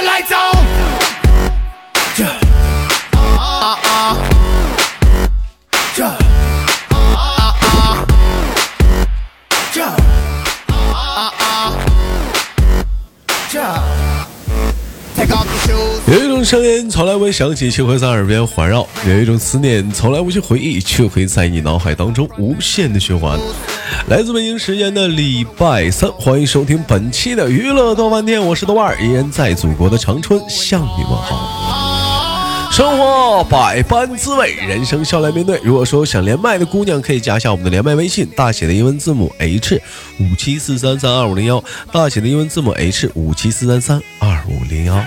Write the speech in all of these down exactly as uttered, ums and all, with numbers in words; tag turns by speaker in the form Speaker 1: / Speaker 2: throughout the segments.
Speaker 1: 有一种声音从来未响起，却会在耳边环绕；有一种思念从来无去回忆，却会在你脑海当中无限的循环。来自北京时间的礼拜三，欢迎收听本期的娱乐多饭店，我是豆瓣，依然在祖国的长春向你问好。生活百般滋味，人生笑来面对。如果说想连麦的姑娘，可以加下我们的连麦微信，大写的英文字母 H 五七四三三二五零一，大写的英文字母 H 五七四三三二五零一。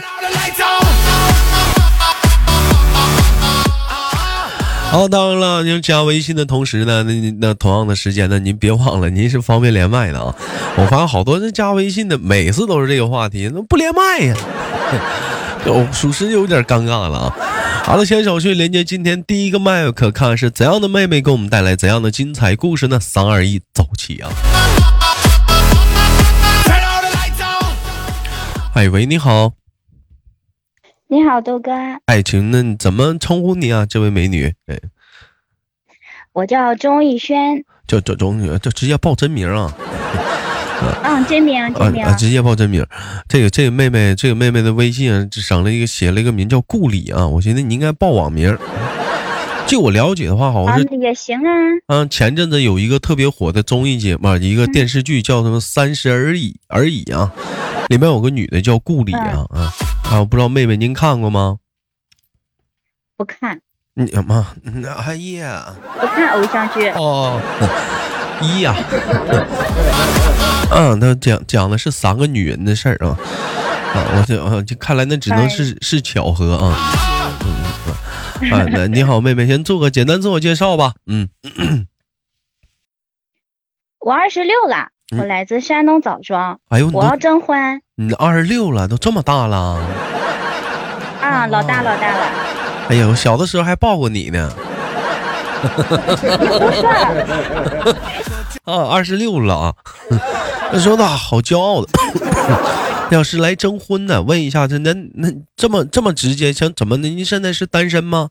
Speaker 1: 好，当然了，您加微信的同时呢，那那同样的时间呢，您别忘了，您是方便连麦的啊。我发现好多人加微信的，每次都是这个话题，那不连麦呀，我属实有点尴尬了啊。好了，先手续连接今天第一个麦，可看是怎样的妹妹给我们带来怎样的精彩故事呢？三二一，走起啊！哎喂，你好。
Speaker 2: 你好，豆哥。
Speaker 1: 爱情，那怎么称呼你啊？这位美女。哎，
Speaker 2: 我叫钟逸轩。
Speaker 1: 叫叫钟，就直接报真名啊。
Speaker 2: 嗯，真名，真名、
Speaker 1: 啊啊，直接报真名。这个这个妹妹，这个妹妹的微信啊，省了一个写了一个名叫顾里啊。我觉得你应该报网名。据我了解的话，好像是、
Speaker 2: 啊、也行啊。
Speaker 1: 嗯，前阵子有一个特别火的综艺节目，一个电视剧叫什么《三十而已而已》啊，里面有个女的叫顾里啊啊。啊，我不知道妹妹您看过吗？
Speaker 2: 不看。
Speaker 1: 你妈，哎呀，
Speaker 2: 不看偶像剧。
Speaker 1: 哦，一呀，嗯，他讲讲的是三个女人的事儿啊，啊，我就啊，就看来那只能是是巧合啊。嗯啊，那你好，妹妹，先做个简单自我介绍吧。嗯，
Speaker 2: 我二十六了。我来自山东枣庄。
Speaker 1: 哎呦，
Speaker 2: 我要征婚。
Speaker 1: 你二十六了，都这么大了。
Speaker 2: 啊，老大老大了。
Speaker 1: 哎呀，我小的时候还抱过你呢。
Speaker 2: 不是。
Speaker 1: 啊，二十六了啊，那时候呢，好骄傲的。要是来征婚呢，问一下，这那那这么这么直接，想怎么的？您现在是单身吗？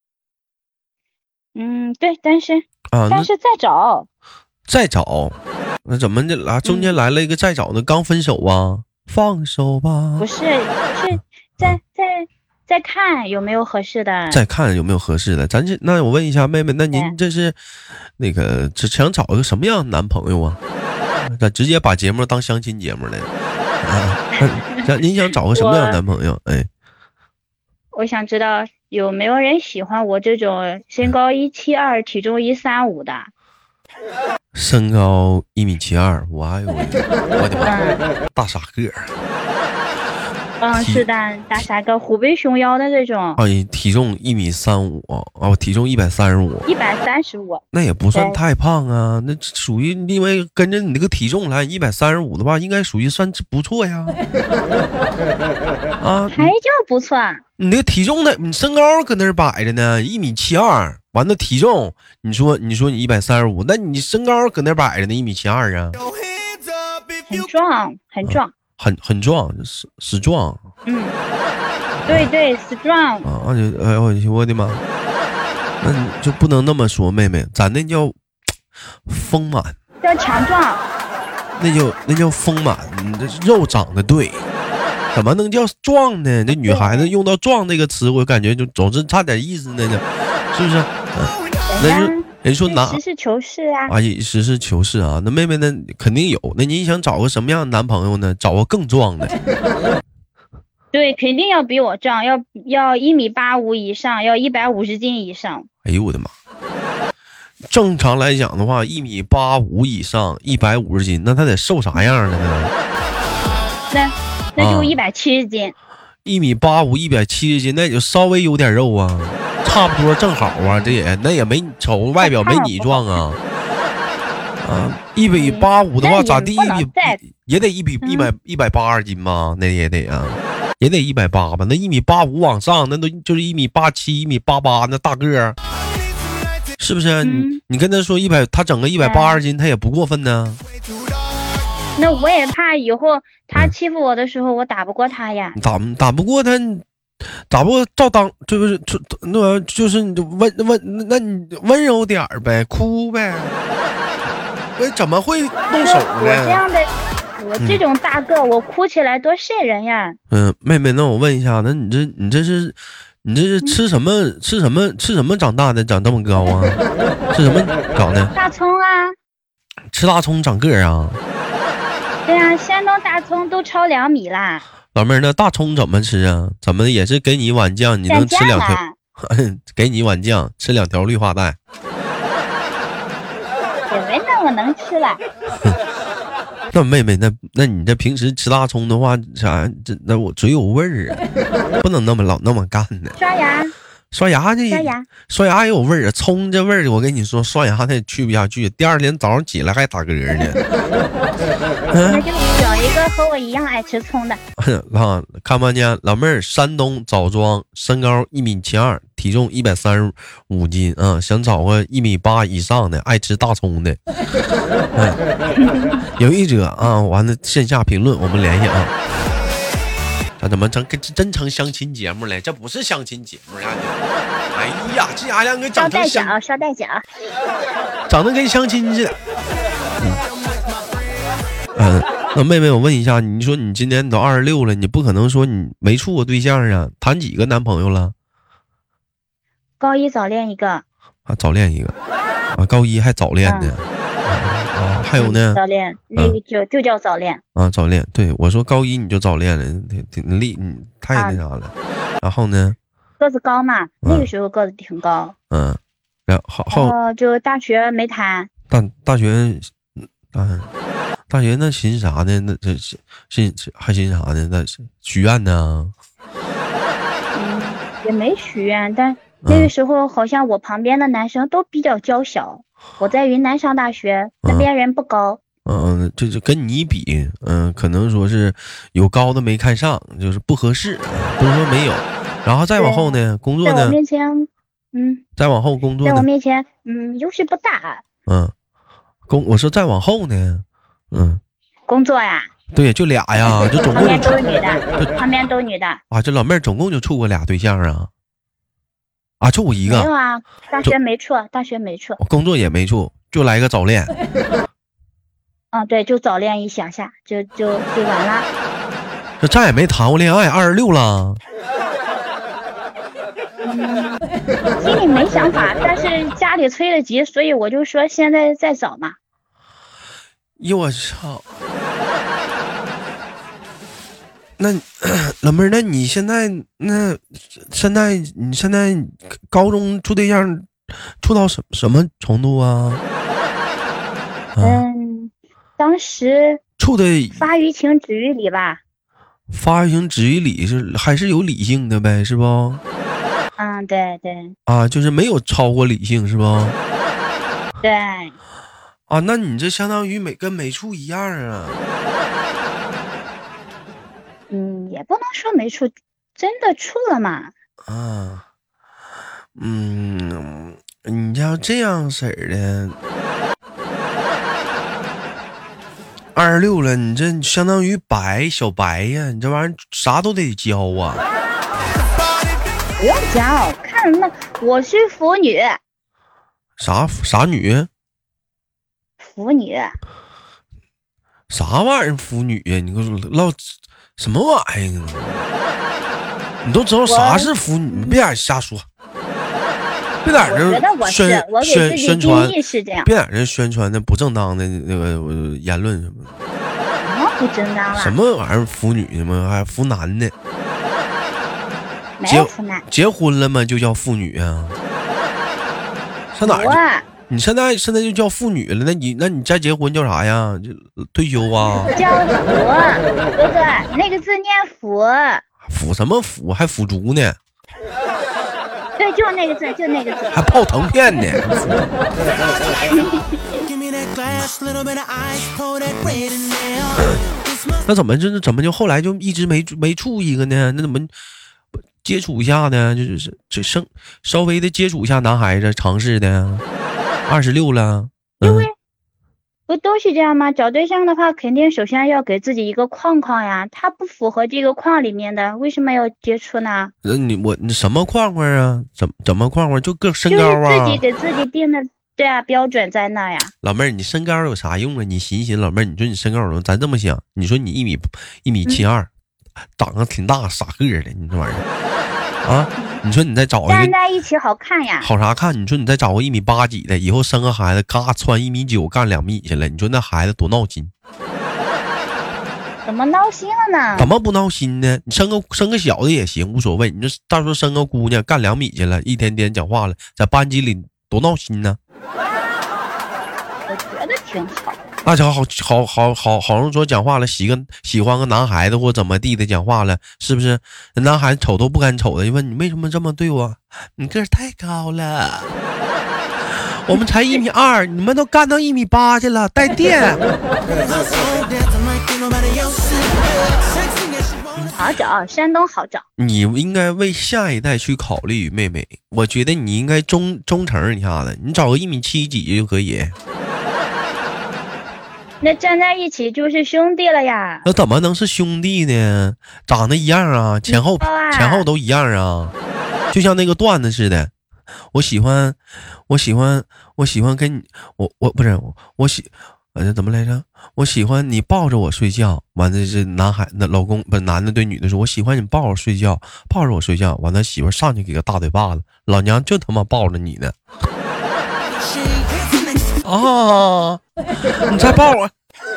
Speaker 2: 嗯，对，单身。
Speaker 1: 啊，
Speaker 2: 但是再找。
Speaker 1: 再找。那怎么的啦？中间来了一个再找呢？刚分手啊？放手吧？
Speaker 2: 不是，不是，再再再看有没有合适的。
Speaker 1: 再看有没有合适的？咱这那我问一下妹妹，那您这是那个这想找一个什么样的男朋友啊？咱直接把节目当相亲节目来啊？您想找个什么样的男朋友？哎，
Speaker 2: 我想知道有没有人喜欢我这种身高一七二、体重一三五的。
Speaker 1: 身高一米七二，我哎呦我的妈，大傻个儿。
Speaker 2: 嗯，是的，大傻个，虎背熊腰的这种。
Speaker 1: 哎，体重一米三五啊，体重一百三十五，
Speaker 2: 一百三十五，
Speaker 1: 那也不算太胖啊，那属于因为跟着你那个体重来，一百三十五的话，应该属于算不错呀。啊，
Speaker 2: 还叫不错？
Speaker 1: 你那个体重呢？你身高搁那儿摆着呢，一米七二。完了体重，你说你说你一百三十五，那你身高搁那摆着呢，一米七二啊，
Speaker 2: 很壮，很壮，啊、
Speaker 1: 很很壮，是是壮，
Speaker 2: 嗯，对对 ，strong
Speaker 1: 啊，哎呦我的妈，那你就不能那么说，妹妹，咱那叫丰满，
Speaker 2: 叫强壮，
Speaker 1: 那叫那叫丰满，你这肉长得对。怎么能叫壮呢？这女孩子用到壮这个词，我感觉就总是差点意思呢，是不是？嗯、那就人说拿
Speaker 2: 实事求是啊，
Speaker 1: 啊，实事求是啊。那妹妹呢，肯定有。那你想找个什么样的男朋友呢？找个更壮的。
Speaker 2: 对，肯定要比我壮，要要一米八五以上，要一百五十斤以上。
Speaker 1: 哎呦我的妈！正常来讲的话，一米八五以上，一百五十斤，那他得瘦啥样的呢？
Speaker 2: 那那就一百七十斤。
Speaker 1: 一、啊、米八五，一百七十斤，那也就稍微有点肉啊。差不多正好啊，这也那也没瞅外表没你壮啊，啊，一米八五的话咋地？一米也得一米一百一百八十斤吗？那也得啊，也得一百八吧？那一米八五往上，那都就是一米八七、一米八八那大个儿，是不是？
Speaker 2: 嗯、
Speaker 1: 你你跟他说一百，他整个一百八十斤，他也不过分呢。
Speaker 2: 那我也怕以后他欺负我的时候，我打不过他呀。
Speaker 1: 打打不过他，打不过照当，这不是那就是你温温，那你温柔点儿呗，哭呗。我怎么会动手呢？
Speaker 2: 我这样的，我这种大个，嗯、我哭起来多瘆人呀。
Speaker 1: 嗯，妹妹，那我问一下，那你这你这是你这是吃什么、嗯、吃什么吃什么长大的，长这么高啊？吃什么长的？
Speaker 2: 大葱啊。
Speaker 1: 吃大葱长个儿啊？
Speaker 2: 对啊，山东大葱都超两米啦。
Speaker 1: 老妹儿，那大葱怎么吃啊？怎么也是给你一碗酱，你能吃两条？给你一碗酱，吃两条绿化带。
Speaker 2: 也没那么能吃了。
Speaker 1: 那妹妹，那那你这平时吃大葱的话，啥？这那我嘴有味儿啊，不能那么老那么干呢。
Speaker 2: 刷牙。
Speaker 1: 刷牙这
Speaker 2: 刷牙
Speaker 1: 刷牙也有味儿啊，葱这味儿，我跟你说，刷牙那去不下去，第二天早上起来还打嗝呢。
Speaker 2: 那就找一个和我一样爱吃葱的。
Speaker 1: 啊，看不见老妹儿，山东枣庄，身高一米七二，体重一百三十五斤啊，想找个一米八以上的爱吃大葱的。嗯、有意者啊，完了线下评论我们联系啊。他怎么成跟真成相亲节目了？这不是相亲节目呀！哎呀，这家两个长成相
Speaker 2: 捎带脚，捎带脚，
Speaker 1: 长得跟相亲似的。嗯，嗯，那妹妹，我问一下，你说你今年你都二十六了，你不可能说你没处过对象啊？谈几个男朋友了？
Speaker 2: 高一早恋一个。
Speaker 1: 啊，早恋一个啊，高一还早恋呢。嗯啊，还有呢？
Speaker 2: 早恋那个就、嗯、就叫早恋
Speaker 1: 啊，早恋。对我说，高一你就早恋了，挺挺厉，你太那啥了。啊、然后呢？
Speaker 2: 个子高嘛，嗯、那个时候个子挺高。
Speaker 1: 嗯，然后后
Speaker 2: 然后就大学没谈。
Speaker 1: 大大学，嗯，大学那寻啥呢？那这寻还寻啥呢？那许愿呢？
Speaker 2: 嗯，也没许愿，但那个时候好像我旁边的男生都比较娇小。我在云南上大学，那边人不高。
Speaker 1: 嗯，嗯这就跟你比，嗯，可能说是有高的没看上，就是不合适，不是说没有。然后再往后呢，工作呢？
Speaker 2: 在我面前，嗯，
Speaker 1: 再往后工作呢？
Speaker 2: 在我面前，嗯，优势不大。
Speaker 1: 嗯，工我说再往后呢，嗯，
Speaker 2: 工作呀？
Speaker 1: 对，就俩呀，就总共
Speaker 2: 旁边都是女的，旁边都女的。
Speaker 1: 啊，这老妹儿总共就处过俩对象啊？啊，处过一个？
Speaker 2: 没有啊，大学没处，大学没处，
Speaker 1: 工作也没处，就来个早恋。
Speaker 2: 啊，对，就早恋一小下，就就就完了。
Speaker 1: 这再也没谈过恋爱，二十六了。
Speaker 2: 嗯，心里没想法，但是家里催得急，所以我就说现在再找嘛。
Speaker 1: 哟，我操！那老妹儿，那你现在那现在你现在高中处对象处到什什么程度啊？
Speaker 2: 啊嗯，当时
Speaker 1: 处的
Speaker 2: 发于情止于理吧。
Speaker 1: 发于情止于理是还是有理性的呗，是不？
Speaker 2: 嗯，对对。
Speaker 1: 啊，就是没有超过理性，是不？
Speaker 2: 对。
Speaker 1: 啊，那你这相当于没跟没处一样啊。
Speaker 2: 嗯，也不能说没处，真的处了嘛。
Speaker 1: 啊，嗯，你要这样式儿的，二十六了，你这相当于白小白呀，你这玩意儿啥都得教啊。
Speaker 2: 不用教，看那我是腐女。
Speaker 1: 啥啥女？
Speaker 2: 腐女。
Speaker 1: 啥玩意儿腐女呀？你给我唠什么玩意儿？你都知道啥是腐女，你别瞎说，别在这宣宣宣传，别在这宣传那不正当的那个言论什么的。
Speaker 2: 什么不正当了？
Speaker 1: 什么玩意儿腐女吗？还腐男的？
Speaker 2: 没有腐男。
Speaker 1: 结婚了吗？就叫妇女啊？上哪儿？你现在现在就叫妇女了，那你那你再结婚叫啥呀？就退休啊？
Speaker 2: 叫腐，哥哥，那个字念腐。
Speaker 1: 腐什么腐？还腐竹呢？
Speaker 2: 对，就那个字，就那个字。
Speaker 1: 还泡腾片呢？那怎么就怎么就后来就一直没没处一个呢？那怎么接触一下呢？就是就生稍微的接触一下男孩子，尝试的。二十六了，
Speaker 2: 因为、嗯、 不都是这样吗？找对象的话，肯定首先要给自己一个框框呀。他不符合这个框里面的，为什么要接触呢？
Speaker 1: 那你我你什么框框啊？怎怎么框框？就个身高啊？
Speaker 2: 就是自己给自己定的，对啊，标准在那呀。
Speaker 1: 老妹儿，你身高有啥用啊？你寻思，老妹儿，你说你身高有用？咱这么想，你说你一米一米七二，长得挺大，傻个的，你这玩意儿啊？你说你再找一个
Speaker 2: 站在一起好看呀？
Speaker 1: 好啥看？你说你再找个一米八几的，以后生个孩子，嘎穿一米九干两米去了，你说那孩子多闹心？
Speaker 2: 怎么闹心了呢？
Speaker 1: 怎么不闹心呢？你生个生个小的也行，无所谓。你说到时候生个姑娘干两米去了，一天天讲话了，在班级里多闹心呢？
Speaker 2: 我觉得挺好。
Speaker 1: 那家好好好好好像说讲话了，喜个喜欢个男孩子或怎么地的讲话了，是不是？那男孩子瞅都不敢瞅的，就问你为什么这么对我？你个儿太高了，我们才一米二，你们都干到一米八去了，带电。
Speaker 2: 好找，山东好找。
Speaker 1: 你应该为下一代去考虑，妹妹。我觉得你应该忠忠诚一下子，你找个一米七几就可以。
Speaker 2: 那站在一起就是兄弟了呀？
Speaker 1: 那怎么能是兄弟呢？长得一样啊，前后、
Speaker 2: 啊、
Speaker 1: 前后都一样啊，就像那个段子似的。我喜欢，我喜欢，我喜欢跟你，我我不是我我喜，呃怎么来着？我喜欢你抱着我睡觉。完了是男孩那老公不是男的对女的说，我喜欢你抱着我睡觉，抱着我睡觉。完了媳妇上去给个大嘴巴子，老娘就他妈抱着你呢。啊！你再抱我，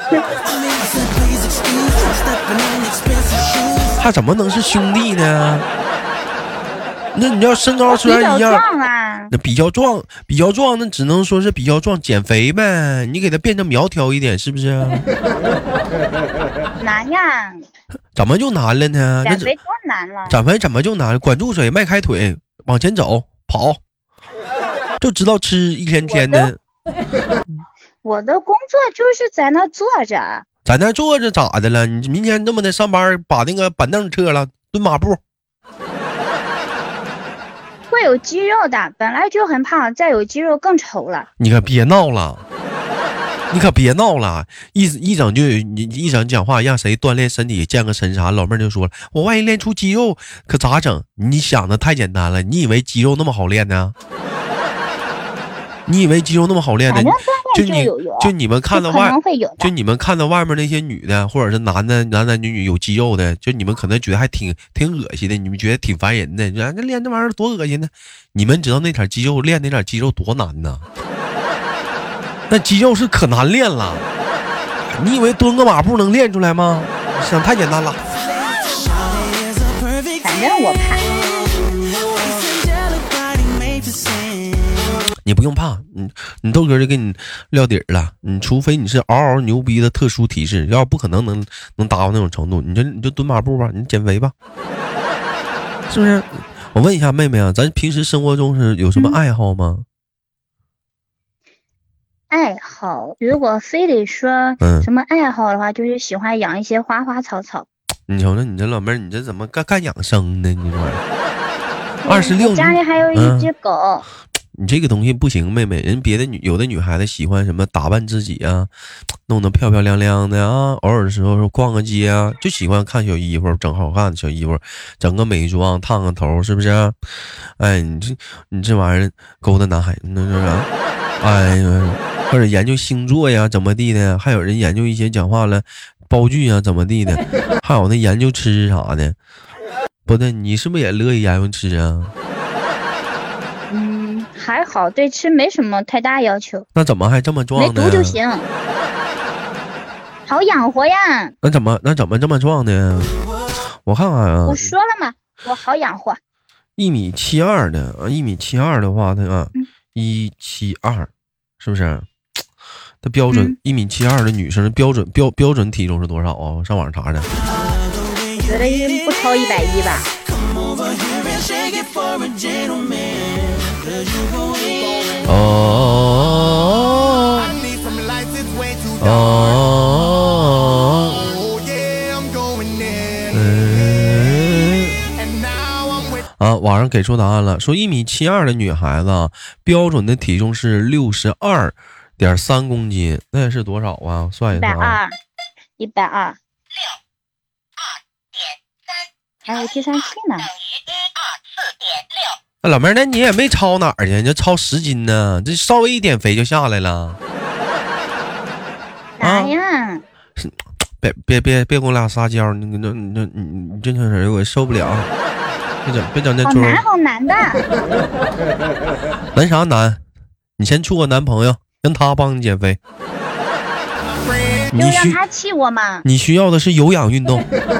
Speaker 1: 他怎么能是兄弟呢？那你要身高虽然一样，
Speaker 2: 啊、
Speaker 1: 那比较壮，比较壮，那只能说是比较壮，减肥呗。你给他变成苗条一点，是不是？
Speaker 2: 难呀！
Speaker 1: 怎么就难了呢？
Speaker 2: 减肥多难了？
Speaker 1: 减肥怎么就难了？管住嘴，迈开腿，往前走，跑，就知道吃，一天天的。
Speaker 2: 我的工作就是在那坐着，
Speaker 1: 在那坐着咋的了？你明天这么的上班，把那个板凳撤了，蹲马步。
Speaker 2: 会有肌肉的，本来就很胖，再有肌肉更丑了。
Speaker 1: 你可别闹了，你可别闹了，一一整就你一整讲话，让谁锻炼身体健个身啥？老妹儿就说了，我万一练出肌肉可咋整？你想的太简单了，你以为肌肉那么好练呢？你以为肌肉那么好练的？就你就你们看到外，就你们看到外面那些女的或者是男的，男男女女有肌肉的，就你们可能觉得还挺挺恶心的，你们觉得挺烦人的，那练这玩意儿多恶心呢？你们知道那点肌肉练那点肌肉多难呢？那肌肉是可难练了，你以为蹲个马步能练出来吗？想太简单了。
Speaker 2: 反正我怕。
Speaker 1: 你不用怕，你你豆哥就给你撂底儿了。你除非你是嗷嗷牛逼的特殊提示，要不可能能能达到那种程度。你就你就蹲马步吧，你减肥吧，是不是？我问一下妹妹啊，咱平时生活中是有什么爱好吗？嗯、
Speaker 2: 爱好，如果非得说什么爱好的话，嗯、就是喜欢养一些花花草草。
Speaker 1: 你瞅瞅你这老妹儿，你这怎么干干养生呢？你说二十六，
Speaker 2: 家里还有一只狗。嗯，
Speaker 1: 你这个东西不行，妹妹，人别的女有的女孩子喜欢什么打扮自己啊，弄得漂漂亮亮的啊，偶尔的时候逛个街啊，就喜欢看小衣服，整好看的小衣服，整个美妆，烫个头，是不是？哎，你这你这玩意儿勾搭男孩子，那是啥？哎呀，或者研究星座呀，怎么地的？还有人研究一些讲话了包剧啊，怎么地的？还有那研究吃啥的。不对，你是不是也乐意研究吃啊？
Speaker 2: 嗯，还好，对吃没什么太大要求。
Speaker 1: 那怎么还这么壮呢？
Speaker 2: 没毒就行，好养活呀。
Speaker 1: 那怎么那怎么这么壮呢？我看看啊，
Speaker 2: 我说了嘛，我好养活。
Speaker 1: 一米七二的啊，一米七二的话，他啊，一七二，是不是？他标准、嗯、一米七二的女生标准标标准体重是多少啊？我上网查的。
Speaker 2: 觉得不超一百一吧。
Speaker 1: 哦哦，嗯啊，网上给出答案了，说一米七二的女孩子标准的体重是六十二点三公斤，那也是多少啊？算一算、啊，
Speaker 2: 一百二，一百二，六二点三，还有计算器呢。
Speaker 1: 那老妹儿，那你也没超哪儿去？你就超十斤呢？这稍微一点肥就下来了。
Speaker 2: 啥呀？
Speaker 1: 别别别别跟我俩撒娇，你你你你你这种人我受不了。别整别整那猪。
Speaker 2: 好难好难的。
Speaker 1: 难啥难？你先处个男朋友，让他帮你减肥。
Speaker 2: 就让他气我嘛。
Speaker 1: 你需要的是有氧运动。
Speaker 2: 说什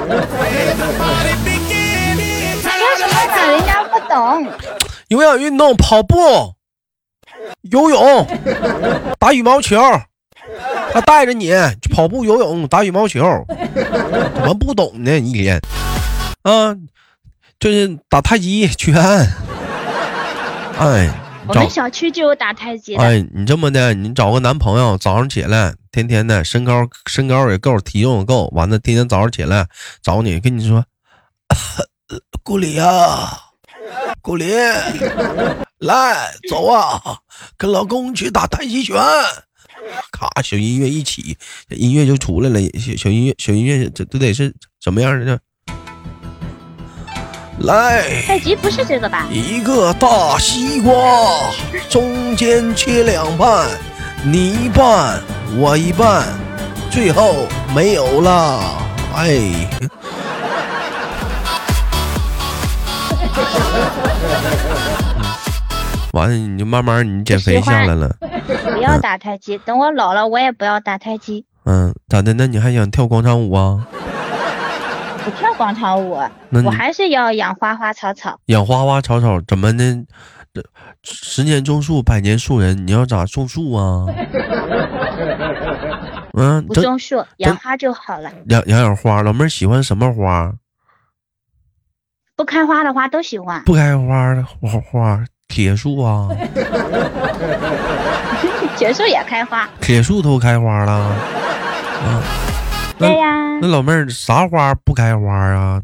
Speaker 2: 么呢？人家不懂。
Speaker 1: 有氧运动，跑步、游泳、打羽毛球。他带着你去跑步、游泳、打羽毛球，怎么不懂呢？一脸啊，就是打太极拳。哎，
Speaker 2: 我们小区就有打太极的。
Speaker 1: 哎，你这么的，你找个男朋友，早上起来，天天的身高身高也够，体重也够，完了天天早上起来找你，跟你说，顾里啊，顾里，来走啊，跟老公去打太极拳。咔，小音乐一起，音乐就出来了。小小音乐，小音乐，这都得是什么样的呢？来，
Speaker 2: 太极不是这个吧？
Speaker 1: 一个大西瓜，中间切两半，你一半，我一半，最后没有了。哎。完了，你就慢慢你减肥下来了。
Speaker 2: 不要打太极，等我老了，我也不要打太极。
Speaker 1: 嗯，咋的？那你还想跳广场舞啊？
Speaker 2: 不跳广场舞，我还是要养花花草草。
Speaker 1: 养花花草草怎么呢？十年种树，百年树人，你要咋种树啊？嗯，
Speaker 2: 不种树，养花就好了。
Speaker 1: 养养养花，老妹儿喜欢什么花？
Speaker 2: 不开花的花都喜欢。
Speaker 1: 不开花的花花。铁树啊，
Speaker 2: 铁树也开花，
Speaker 1: 铁树都开花了，啊，
Speaker 2: 对呀。
Speaker 1: 那老妹儿啥花不开花啊？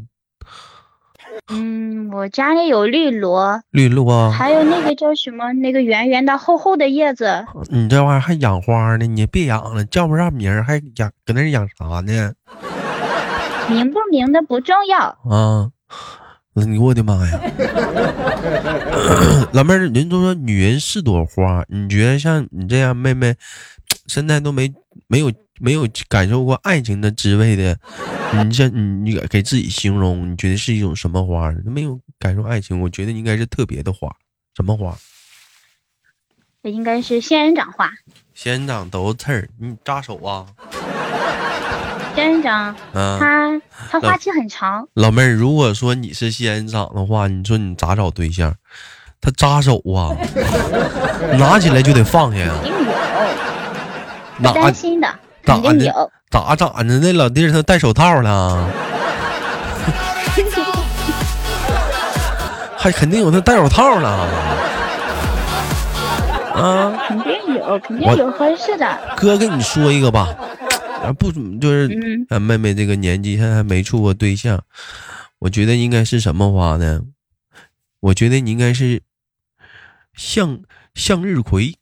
Speaker 2: 嗯，我家里有绿萝，
Speaker 1: 绿萝，
Speaker 2: 还有那个叫什么，那个圆圆的厚厚的叶子。
Speaker 1: 你这玩意儿还养花呢？你别养了，叫不上名儿，还养搁那养啥呢？
Speaker 2: 名不名的不重要
Speaker 1: 啊。我的妈呀！老妹儿，人都说女人是朵花，你觉得像你这样妹妹，现在都没没有没有感受过爱情的滋味的，你像你你给自己形容，你觉得是一种什么花？没有感受爱情，我觉得应该是特别的花。什么花？
Speaker 2: 这应该是仙人掌花。
Speaker 1: 仙人掌都是刺儿，你扎手啊？
Speaker 2: 仙人掌，
Speaker 1: 嗯、
Speaker 2: 它它花期很长。
Speaker 1: 老妹儿，如果说你是仙人掌的话，你说你咋找对象？他扎手啊，拿起来就得放下呀。
Speaker 2: 肯定有，不担心的，肯定有。
Speaker 1: 咋咋的？那老弟他戴手套了，还肯定有他戴手套了。啊，
Speaker 2: 肯定有，肯定有合适的。
Speaker 1: 哥跟你说一个吧。啊，不就是，嗯，妹妹这个年纪现在还没处过对象，我觉得应该是什么花呢？我觉得你应该是向向日葵。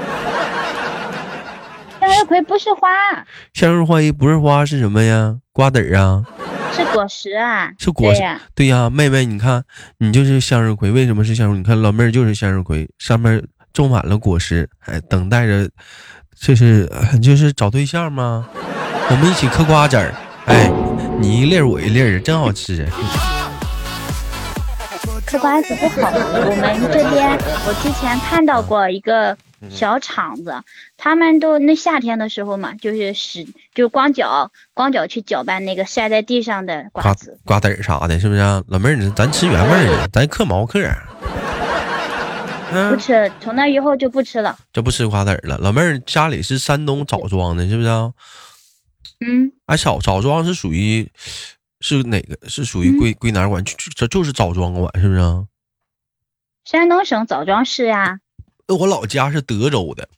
Speaker 2: 向日葵不是花。
Speaker 1: 向日葵不是花是什么呀？瓜子儿啊？
Speaker 2: 是果实啊？
Speaker 1: 是果实。对呀，妹妹，你看你就是向日葵，为什么是向日葵？你看老妹儿就是向日葵，上面种满了果实，还等待着，就是就是找对象吗？我们一起嗑瓜子儿，哎，你一粒我一粒，真好吃。
Speaker 2: 嗑瓜子不好，我们这边我之前看到过一个小厂子，他们都那夏天的时候嘛，就是使就光脚光脚去搅拌那个晒在地上的瓜子、
Speaker 1: 瓜子儿啥的，是不是、啊？老妹儿，咱吃原味儿的，咱嗑毛嗑。
Speaker 2: 不吃，从那以后就不吃了，
Speaker 1: 就不吃瓜子儿了。老妹儿家里是山东枣庄的，是不是、啊？
Speaker 2: 嗯，
Speaker 1: 哎，枣枣庄是属于是哪个？是属于归、嗯、归哪管？就就就是枣庄管，是不是、啊？
Speaker 2: 山东省枣庄市呀、
Speaker 1: 啊。我老家是德州的，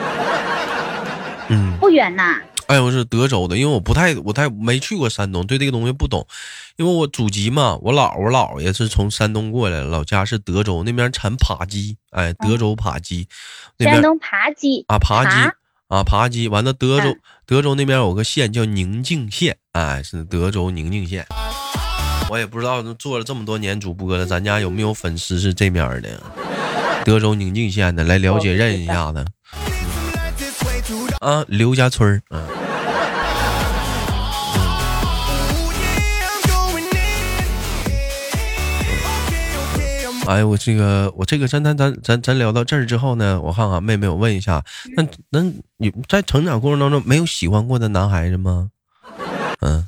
Speaker 1: 嗯，
Speaker 2: 不远呐。
Speaker 1: 哎，我是德州的，因为我不太我太没去过山东，对这个东西不懂。因为我祖籍嘛，我姥我姥爷是从山东过来，老家是德州那边产扒鸡，哎，德州扒鸡，
Speaker 2: 山东扒鸡
Speaker 1: 啊，扒鸡啊，扒鸡。完了，德州、
Speaker 2: 嗯、
Speaker 1: 德州那边有个县叫宁静县，哎，是德州宁静县。我也不知道做了这么多年主播了，咱家有没有粉丝是这面的？德州宁静县的，来了解认一下子。啊，刘家村嗯。哎，我这个我这个咱咱咱咱咱聊到这儿之后呢，我看看妹妹，我问一下，那那你在成长过程当中没有喜欢过的男孩子吗？嗯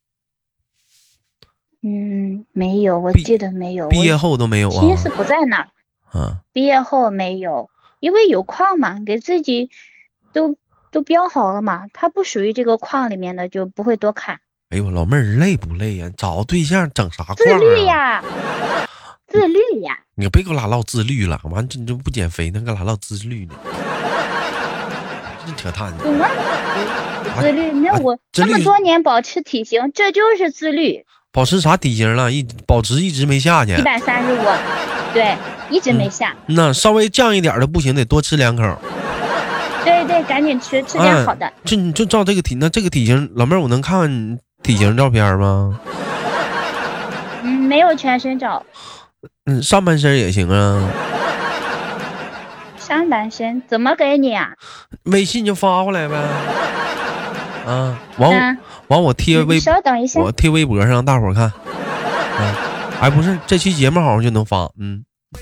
Speaker 2: 嗯，没有，我记得没有。
Speaker 1: 毕业后都没有啊？
Speaker 2: 心思不在那儿。
Speaker 1: 啊，
Speaker 2: 毕业后没有，因为有矿嘛，给自己都都标好了嘛，他不属于这个矿里面的就不会多看。
Speaker 1: 哎呦，老妹儿累不累呀？找对象整啥矿啊？
Speaker 2: 自律呀。自律呀！
Speaker 1: 你别给我拉唠自律了，完这你就不减肥，那个拉唠自律呢？真扯淡呢！
Speaker 2: 怎么自律？那我这么多年保持体型，这就是自律。
Speaker 1: 保持啥体型了？一保持一直没下去。
Speaker 2: 一百三十五，对，一直没下。
Speaker 1: 嗯、那稍微降一点的不行，得多吃两口。
Speaker 2: 对对，赶紧吃，吃点好的。
Speaker 1: 就你就照这个体，那这个体型，老妹儿，我能看看你体型照片吗？
Speaker 2: 嗯，没有全身照。
Speaker 1: 嗯，上半身也行啊。
Speaker 2: 上半身怎么给你啊？
Speaker 1: 微信就发过来呗。啊，完我、嗯、完我贴微，
Speaker 2: 稍等一下，
Speaker 1: 我贴微博上让大伙儿看。嗯，哎，不是，这期节目好像就能发。嗯。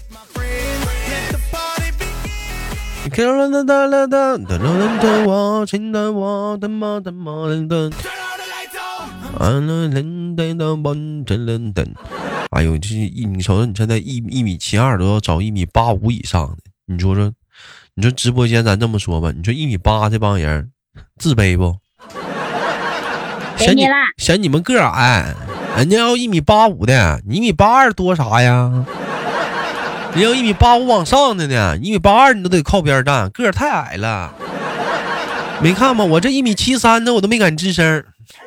Speaker 1: 你看了哒哒哒哒哒哒哒，我亲的我的妈的妈的。哎呦，这一你瞅瞅，你现在一一米七二都要找一米八五以上的，你说说，你说直播间咱这么说吧，你说一米八这帮人自卑不？嫌你嫌你们个矮，人家要一米八五的，你一米八二多啥呀？人要一米八五往上的呢，一米八二你都得靠边站，个儿太矮了。没看吗？我这一米七三的我都没敢吱声。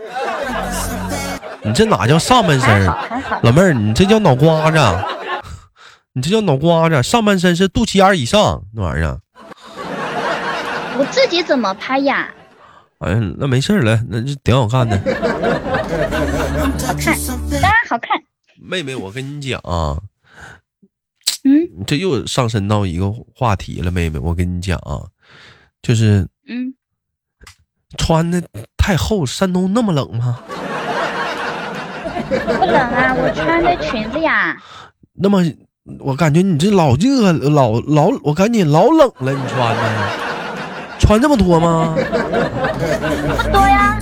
Speaker 1: 你这哪叫上半身？老妹儿，你这叫脑瓜子，你这叫脑瓜子。上半身是肚脐眼以上那玩意儿。
Speaker 2: 我自己怎么拍呀？
Speaker 1: 哎呀，那没事了，那就挺好看的。
Speaker 2: 好看，当然好看。
Speaker 1: 妹妹，我跟你讲啊，
Speaker 2: 嗯，
Speaker 1: 这又上升到一个话题了。妹妹，我跟你讲啊，就是
Speaker 2: 嗯，
Speaker 1: 穿的太厚，山东那么冷吗？
Speaker 2: 不冷啊，我穿的裙子呀。
Speaker 1: 那么我感觉你这老热老老我感觉老冷了，你穿的穿这么多吗？
Speaker 2: 不多呀。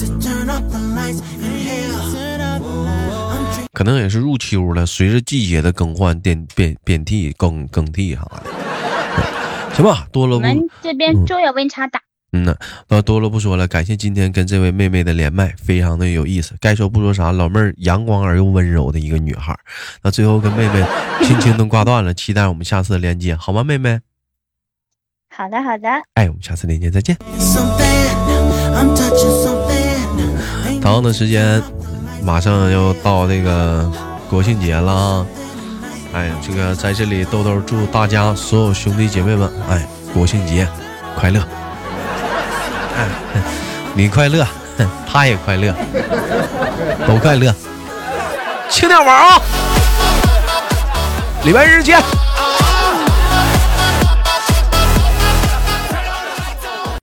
Speaker 1: 可能也是入秋了，随着季节的更换变变变替更更替啥的。行吧，多了不。
Speaker 2: 我们这边昼夜温差大。
Speaker 1: 嗯呐，那多了不说了，感谢今天跟这位妹妹的连麦，非常的有意思。该说不说啥，老妹儿阳光而又温柔的一个女孩。那最后跟妹妹轻轻的挂断了，期待我们下次的连接，好吗，妹妹？
Speaker 2: 好的，好的。
Speaker 1: 哎，我们下次连接再见。同样的时间，马上要到这个国庆节了啊！哎，这个在这里豆豆祝大家所有兄弟姐妹们，哎，国庆节快乐！哎，你快乐，他也快乐，都快乐，轻点玩啊！礼拜日见。